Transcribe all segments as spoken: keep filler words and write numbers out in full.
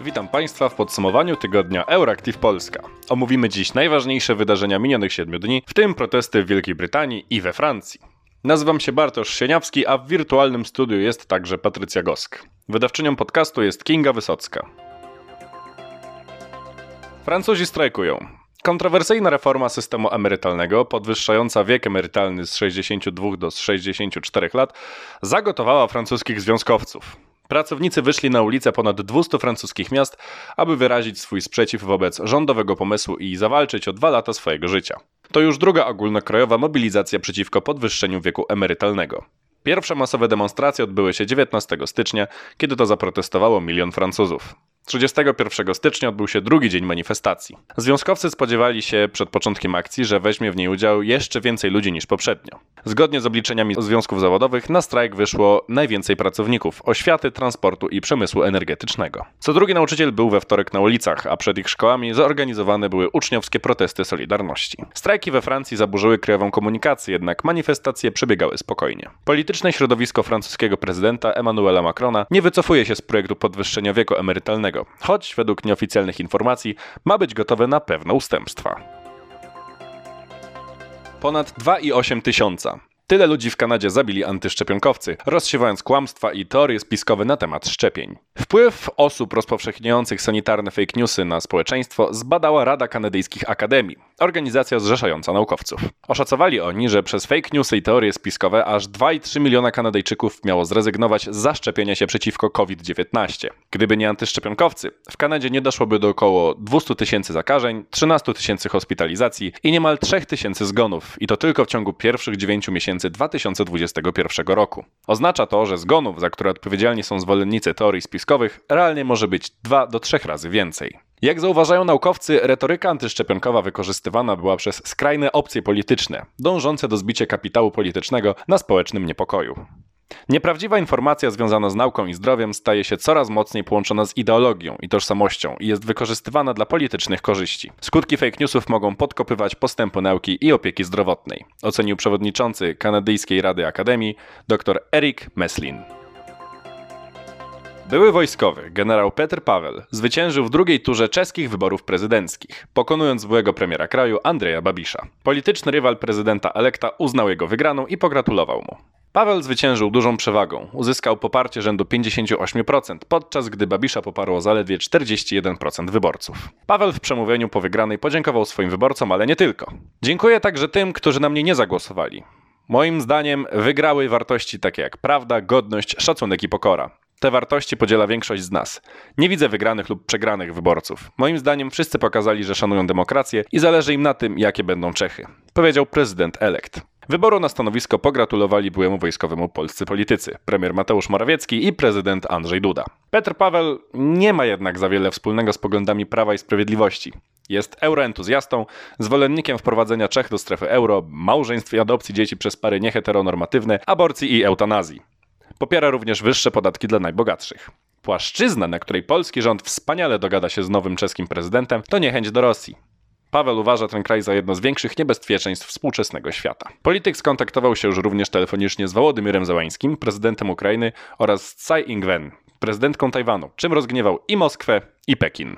Witam Państwa w podsumowaniu tygodnia Euractiv Polska. Omówimy dziś najważniejsze wydarzenia minionych siedmiu dni, w tym protesty w Wielkiej Brytanii i we Francji. Nazywam się Bartosz Sieniawski, a w wirtualnym studiu jest także Patrycja Gosk. Wydawczynią podcastu jest Kinga Wysocka. Francuzi strajkują. Kontrowersyjna reforma systemu emerytalnego, podwyższająca wiek emerytalny z sześćdziesięciu dwóch do sześćdziesięciu czterech lat, zagotowała francuskich związkowców. Pracownicy wyszli na ulice ponad dwustu francuskich miast, aby wyrazić swój sprzeciw wobec rządowego pomysłu i zawalczyć o dwa lata swojego życia. To już druga ogólnokrajowa mobilizacja przeciwko podwyższeniu wieku emerytalnego. Pierwsze masowe demonstracje odbyły się dziewiętnastego stycznia, kiedy to zaprotestowało milion Francuzów. trzydziestego pierwszego stycznia odbył się drugi dzień manifestacji. Związkowcy spodziewali się przed początkiem akcji, że weźmie w niej udział jeszcze więcej ludzi niż poprzednio. Zgodnie z obliczeniami związków zawodowych na strajk wyszło najwięcej pracowników oświaty, transportu i przemysłu energetycznego. Co drugi nauczyciel był we wtorek na ulicach, a przed ich szkołami zorganizowane były uczniowskie protesty Solidarności. Strajki we Francji zaburzyły krajową komunikację, jednak manifestacje przebiegały spokojnie. Polityczne środowisko francuskiego prezydenta Emmanuela Macrona nie wycofuje się z projektu podwyższenia wieku emerytalnego, choć według nieoficjalnych informacji ma być gotowe na pewne ustępstwa. Ponad dwa i osiem tysiąca. Tyle ludzi w Kanadzie zabili antyszczepionkowcy, rozsiewając kłamstwa i teorie spiskowe na temat szczepień. Wpływ osób rozpowszechniających sanitarne fake newsy na społeczeństwo zbadała Rada Kanadyjskich Akademii, organizacja zrzeszająca naukowców. Oszacowali oni, że przez fake newsy i teorie spiskowe aż dwa i trzy miliona Kanadyjczyków miało zrezygnować z zaszczepienia się przeciwko COVID dziewiętnaście. Gdyby nie antyszczepionkowcy, w Kanadzie nie doszłoby do około dwustu tysięcy zakażeń, trzynastu tysięcy hospitalizacji i niemal trzech tysięcy zgonów, i to tylko w ciągu pierwszych dziewięciu miesięcy dwa tysiące dwudziestego pierwszego roku. Oznacza to, że zgonów, za które odpowiedzialni są zwolennicy teorii spiskowych, realnie może być dwa do trzech razy więcej. Jak zauważają naukowcy, retoryka antyszczepionkowa wykorzystywana była przez skrajne opcje polityczne, dążące do zbicia kapitału politycznego na społecznym niepokoju. Nieprawdziwa informacja związana z nauką i zdrowiem staje się coraz mocniej połączona z ideologią i tożsamością i jest wykorzystywana dla politycznych korzyści. Skutki fake newsów mogą podkopywać postępy nauki i opieki zdrowotnej, ocenił przewodniczący Kanadyjskiej Rady Akademii dr Eric Meslin. Były wojskowy, generał Petr Paweł, zwyciężył w drugiej turze czeskich wyborów prezydenckich, pokonując byłego premiera kraju Andreja Babisza. Polityczny rywal prezydenta elekta uznał jego wygraną i pogratulował mu. Paweł zwyciężył dużą przewagą, uzyskał poparcie rzędu pięćdziesiąt osiem procent, podczas gdy Babisza poparło zaledwie czterdzieści jeden procent wyborców. Paweł w przemówieniu po wygranej podziękował swoim wyborcom, ale nie tylko. Dziękuję także tym, którzy na mnie nie zagłosowali. Moim zdaniem wygrały wartości takie jak prawda, godność, szacunek i pokora. Te wartości podziela większość z nas. Nie widzę wygranych lub przegranych wyborców. Moim zdaniem wszyscy pokazali, że szanują demokrację i zależy im na tym, jakie będą Czechy, powiedział prezydent elekt. Wyboru na stanowisko pogratulowali byłemu wojskowemu polscy politycy, premier Mateusz Morawiecki i prezydent Andrzej Duda. Petr Paweł nie ma jednak za wiele wspólnego z poglądami Prawa i Sprawiedliwości. Jest euroentuzjastą, zwolennikiem wprowadzenia Czech do strefy euro, małżeństw i adopcji dzieci przez pary nieheteronormatywne, aborcji i eutanazji. Popiera również wyższe podatki dla najbogatszych. Płaszczyzna, na której polski rząd wspaniale dogada się z nowym czeskim prezydentem, to niechęć do Rosji. Paweł uważa ten kraj za jedno z większych niebezpieczeństw współczesnego świata. Polityk skontaktował się już również telefonicznie z Wołodymyrem Zełańskim, prezydentem Ukrainy, oraz z Tsai Ing-wen, prezydentką Tajwanu, czym rozgniewał i Moskwę, i Pekin.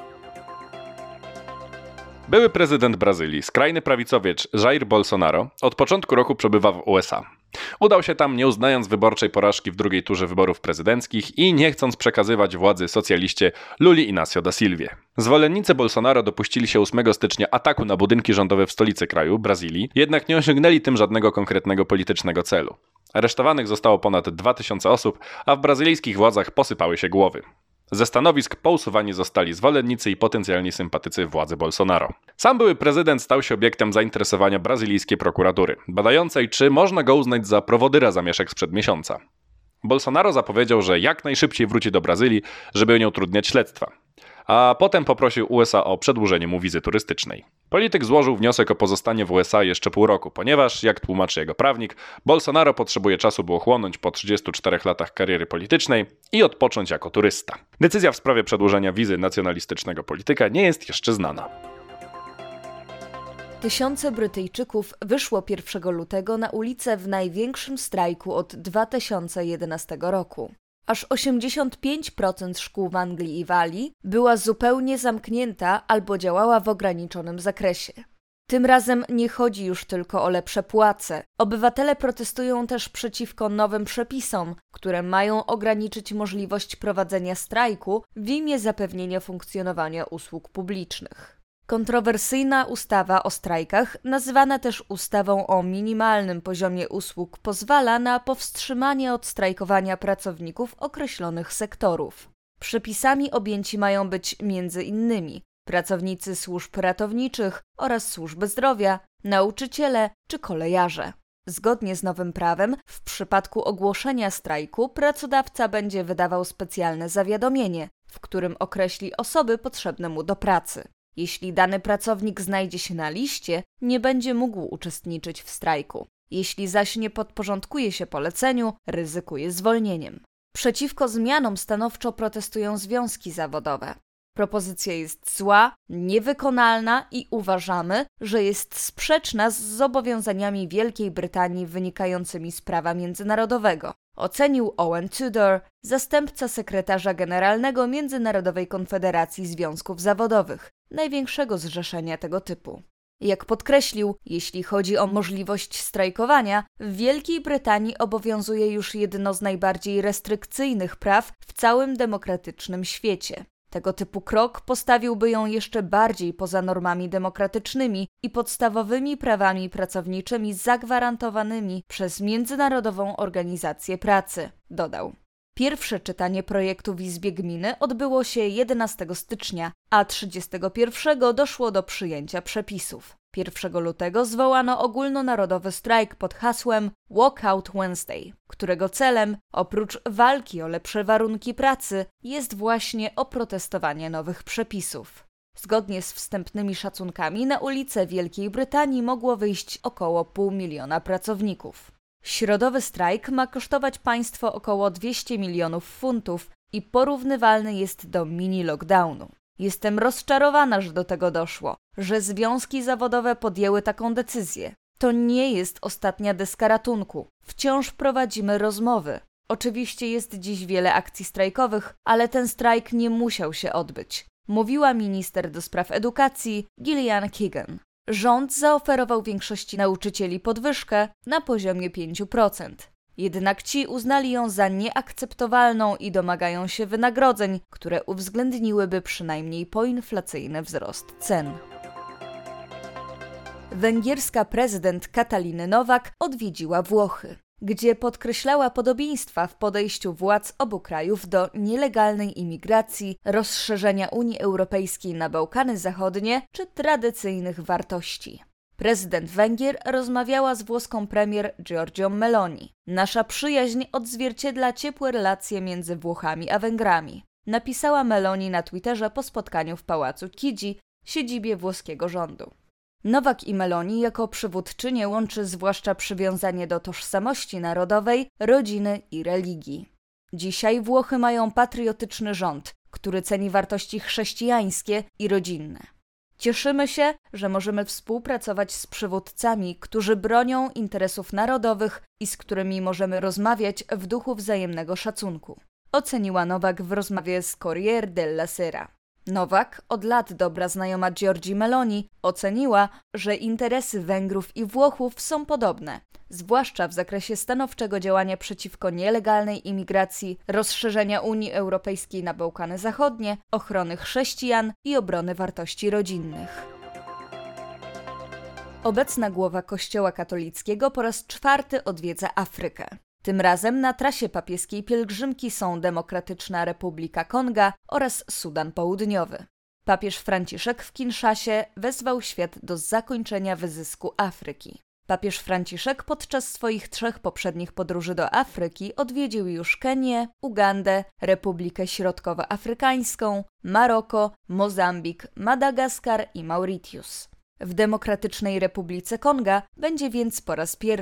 Były prezydent Brazylii, skrajny prawicowiec Jair Bolsonaro, od początku roku przebywa w U S A. Udał się tam, nie uznając wyborczej porażki w drugiej turze wyborów prezydenckich i nie chcąc przekazywać władzy socjaliście Luli Inácio da Silvie. Zwolennicy Bolsonaro dopuścili się ósmego stycznia ataku na budynki rządowe w stolicy kraju, Brazylii, jednak nie osiągnęli tym żadnego konkretnego politycznego celu. Aresztowanych zostało ponad dwa tysiące osób, a w brazylijskich władzach posypały się głowy. Ze stanowisk pousuwani zostali zwolennicy i potencjalni sympatycy władzy Bolsonaro. Sam były prezydent stał się obiektem zainteresowania brazylijskiej prokuratury, badającej, czy można go uznać za prowodyra zamieszek sprzed miesiąca. Bolsonaro zapowiedział, że jak najszybciej wróci do Brazylii, żeby nie utrudniać śledztwa. A potem poprosił U S A o przedłużenie mu wizy turystycznej. Polityk złożył wniosek o pozostanie w U S A jeszcze pół roku, ponieważ, jak tłumaczy jego prawnik, Bolsonaro potrzebuje czasu, by ochłonąć po trzydziestu czterech latach kariery politycznej i odpocząć jako turysta. Decyzja w sprawie przedłużenia wizy nacjonalistycznego polityka nie jest jeszcze znana. Tysiące Brytyjczyków wyszło pierwszego lutego na ulice w największym strajku od dwa tysiące jedenastego roku. Aż osiemdziesiąt pięć procent szkół w Anglii i Walii była zupełnie zamknięta albo działała w ograniczonym zakresie. Tym razem nie chodzi już tylko o lepsze płace. Obywatele protestują też przeciwko nowym przepisom, które mają ograniczyć możliwość prowadzenia strajku w imię zapewnienia funkcjonowania usług publicznych. Kontrowersyjna ustawa o strajkach, nazywana też ustawą o minimalnym poziomie usług, pozwala na powstrzymanie od strajkowania pracowników określonych sektorów. Przepisami objęci mają być między innymi pracownicy służb ratowniczych oraz służby zdrowia, nauczyciele czy kolejarze. Zgodnie z nowym prawem, w przypadku ogłoszenia strajku pracodawca będzie wydawał specjalne zawiadomienie, w którym określi osoby potrzebne mu do pracy. Jeśli dany pracownik znajdzie się na liście, nie będzie mógł uczestniczyć w strajku. Jeśli zaś nie podporządkuje się poleceniu, ryzykuje zwolnieniem. Przeciwko zmianom stanowczo protestują związki zawodowe. Propozycja jest zła, niewykonalna i uważamy, że jest sprzeczna z zobowiązaniami Wielkiej Brytanii wynikającymi z prawa międzynarodowego, ocenił Owen Tudor, zastępca sekretarza generalnego Międzynarodowej Konfederacji Związków Zawodowych, największego zrzeszenia tego typu. Jak podkreślił, jeśli chodzi o możliwość strajkowania, w Wielkiej Brytanii obowiązuje już jedno z najbardziej restrykcyjnych praw w całym demokratycznym świecie. Tego typu krok postawiłby ją jeszcze bardziej poza normami demokratycznymi i podstawowymi prawami pracowniczymi zagwarantowanymi przez Międzynarodową Organizację Pracy, dodał. Pierwsze czytanie projektu w Izbie Gminy odbyło się jedenastego stycznia, a trzydziestego pierwszego doszło do przyjęcia przepisów. pierwszego lutego zwołano ogólnonarodowy strajk pod hasłem Walkout Wednesday, którego celem, oprócz walki o lepsze warunki pracy, jest właśnie oprotestowanie nowych przepisów. Zgodnie z wstępnymi szacunkami na ulice Wielkiej Brytanii mogło wyjść około pół miliona pracowników. Środowy strajk ma kosztować państwo około dwieście milionów funtów i porównywalny jest do mini-lockdownu. Jestem rozczarowana, że do tego doszło, że związki zawodowe podjęły taką decyzję. To nie jest ostatnia deska ratunku. Wciąż prowadzimy rozmowy. Oczywiście jest dziś wiele akcji strajkowych, ale ten strajk nie musiał się odbyć, mówiła minister do spraw edukacji Gillian Keegan. Rząd zaoferował większości nauczycieli podwyżkę na poziomie pięć procent. Jednak ci uznali ją za nieakceptowalną i domagają się wynagrodzeń, które uwzględniłyby przynajmniej poinflacyjny wzrost cen. Węgierska prezydent Katalin Nowak odwiedziła Włochy, gdzie podkreślała podobieństwa w podejściu władz obu krajów do nielegalnej imigracji, rozszerzenia Unii Europejskiej na Bałkany Zachodnie czy tradycyjnych wartości. Prezydent Węgier rozmawiała z włoską premier Giorgią Meloni. Nasza przyjaźń odzwierciedla ciepłe relacje między Włochami a Węgrami, napisała Meloni na Twitterze po spotkaniu w Pałacu Chigi, siedzibie włoskiego rządu. Nowak i Meloni jako przywódczynię łączy zwłaszcza przywiązanie do tożsamości narodowej, rodziny i religii. Dzisiaj Włochy mają patriotyczny rząd, który ceni wartości chrześcijańskie i rodzinne. Cieszymy się, że możemy współpracować z przywódcami, którzy bronią interesów narodowych i z którymi możemy rozmawiać w duchu wzajemnego szacunku, oceniła Nowak w rozmowie z Corriere della Sera. Nowak, od lat dobra znajoma Giorgii Meloni, oceniła, że interesy Węgrów i Włochów są podobne, zwłaszcza w zakresie stanowczego działania przeciwko nielegalnej imigracji, rozszerzenia Unii Europejskiej na Bałkany Zachodnie, ochrony chrześcijan i obrony wartości rodzinnych. Obecna głowa Kościoła katolickiego po raz czwarty odwiedza Afrykę. Tym razem na trasie papieskiej pielgrzymki są Demokratyczna Republika Konga oraz Sudan Południowy. Papież Franciszek w Kinszasie wezwał świat do zakończenia wyzysku Afryki. Papież Franciszek podczas swoich trzech poprzednich podróży do Afryki odwiedził już Kenię, Ugandę, Republikę Środkowoafrykańską, Maroko, Mozambik, Madagaskar i Mauritius. W Demokratycznej Republice Konga będzie więc po raz pierwszy.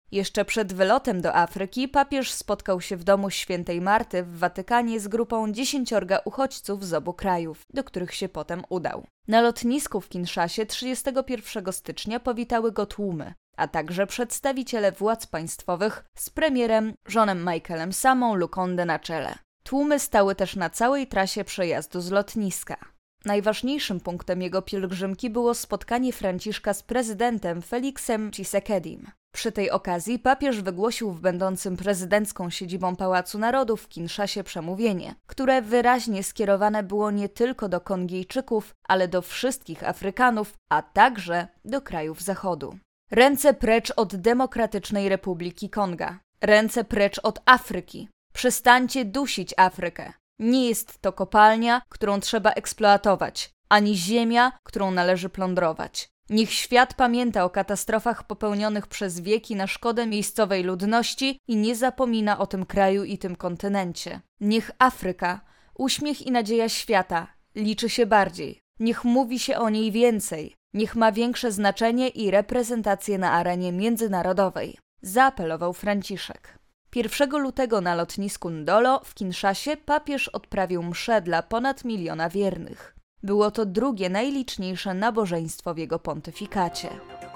Jeszcze przed wylotem do Afryki papież spotkał się w domu świętej Marty w Watykanie z grupą dziesięciorga uchodźców z obu krajów, do których się potem udał. Na lotnisku w Kinszasie trzydziestego pierwszego stycznia powitały go tłumy, a także przedstawiciele władz państwowych z premierem Johnem Michaelem Samą Lukonde na czele. Tłumy stały też na całej trasie przejazdu z lotniska. Najważniejszym punktem jego pielgrzymki było spotkanie Franciszka z prezydentem Felixem Tshisekedim. Przy tej okazji papież wygłosił w będącym prezydencką siedzibą Pałacu Narodów w Kinszasie przemówienie, które wyraźnie skierowane było nie tylko do Kongijczyków, ale do wszystkich Afrykanów, a także do krajów Zachodu. Ręce precz od Demokratycznej Republiki Konga. Ręce precz od Afryki. Przestańcie dusić Afrykę. Nie jest to kopalnia, którą trzeba eksploatować, ani ziemia, którą należy plądrować. Niech świat pamięta o katastrofach popełnionych przez wieki na szkodę miejscowej ludności i nie zapomina o tym kraju i tym kontynencie. Niech Afryka, uśmiech i nadzieja świata, liczy się bardziej. Niech mówi się o niej więcej. Niech ma większe znaczenie i reprezentację na arenie międzynarodowej. Zaapelował Franciszek. pierwszego lutego na lotnisku Ndolo w Kinszasie papież odprawił mszę dla ponad miliona wiernych. Było to drugie najliczniejsze nabożeństwo w jego pontyfikacie.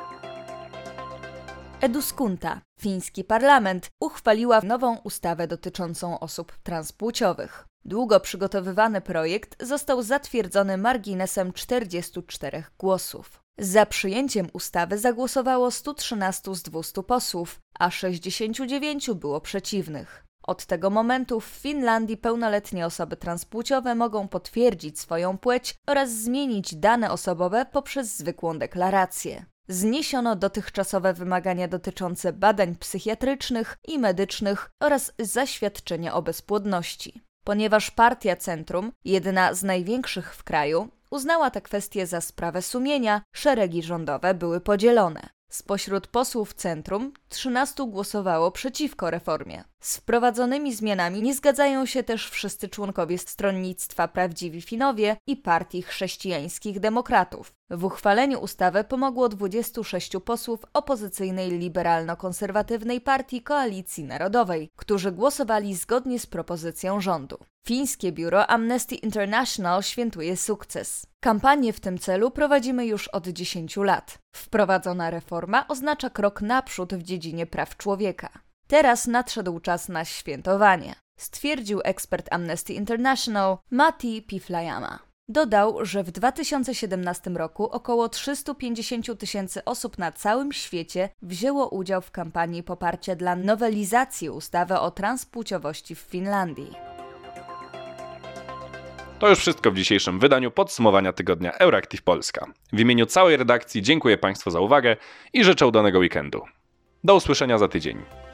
Eduskunta, fiński parlament, uchwaliła nową ustawę dotyczącą osób transpłciowych. Długo przygotowywany projekt został zatwierdzony marginesem czterdziestu czterech głosów. Za przyjęciem ustawy zagłosowało stu trzynastu z dwustu posłów, a sześćdziesięciu dziewięciu było przeciwnych. Od tego momentu w Finlandii pełnoletnie osoby transpłciowe mogą potwierdzić swoją płeć oraz zmienić dane osobowe poprzez zwykłą deklarację. Zniesiono dotychczasowe wymagania dotyczące badań psychiatrycznych i medycznych oraz zaświadczenia o bezpłodności. Ponieważ partia Centrum, jedna z największych w kraju, uznała tę kwestię za sprawę sumienia, szeregi rządowe były podzielone. Spośród posłów Centrum trzynastu głosowało przeciwko reformie. Z wprowadzonymi zmianami nie zgadzają się też wszyscy członkowie Stronnictwa Prawdziwi Finowie i Partii Chrześcijańskich Demokratów. W uchwaleniu ustawy pomogło dwudziestu sześciu posłów opozycyjnej liberalno-konserwatywnej partii Koalicji Narodowej, którzy głosowali zgodnie z propozycją rządu. Fińskie biuro Amnesty International świętuje sukces. Kampanię w tym celu prowadzimy już od dziesięciu lat. Wprowadzona reforma oznacza krok naprzód w dziedzinie praw człowieka. Teraz nadszedł czas na świętowanie, stwierdził ekspert Amnesty International Matti Piflayama. Dodał, że w dwa tysiące siedemnastym roku około trzysta pięćdziesiąt tysięcy osób na całym świecie wzięło udział w kampanii poparcia dla nowelizacji ustawy o transpłciowości w Finlandii. To już wszystko w dzisiejszym wydaniu podsumowania tygodnia Euractiv Polska. W imieniu całej redakcji dziękuję Państwu za uwagę i życzę udanego weekendu. Do usłyszenia za tydzień.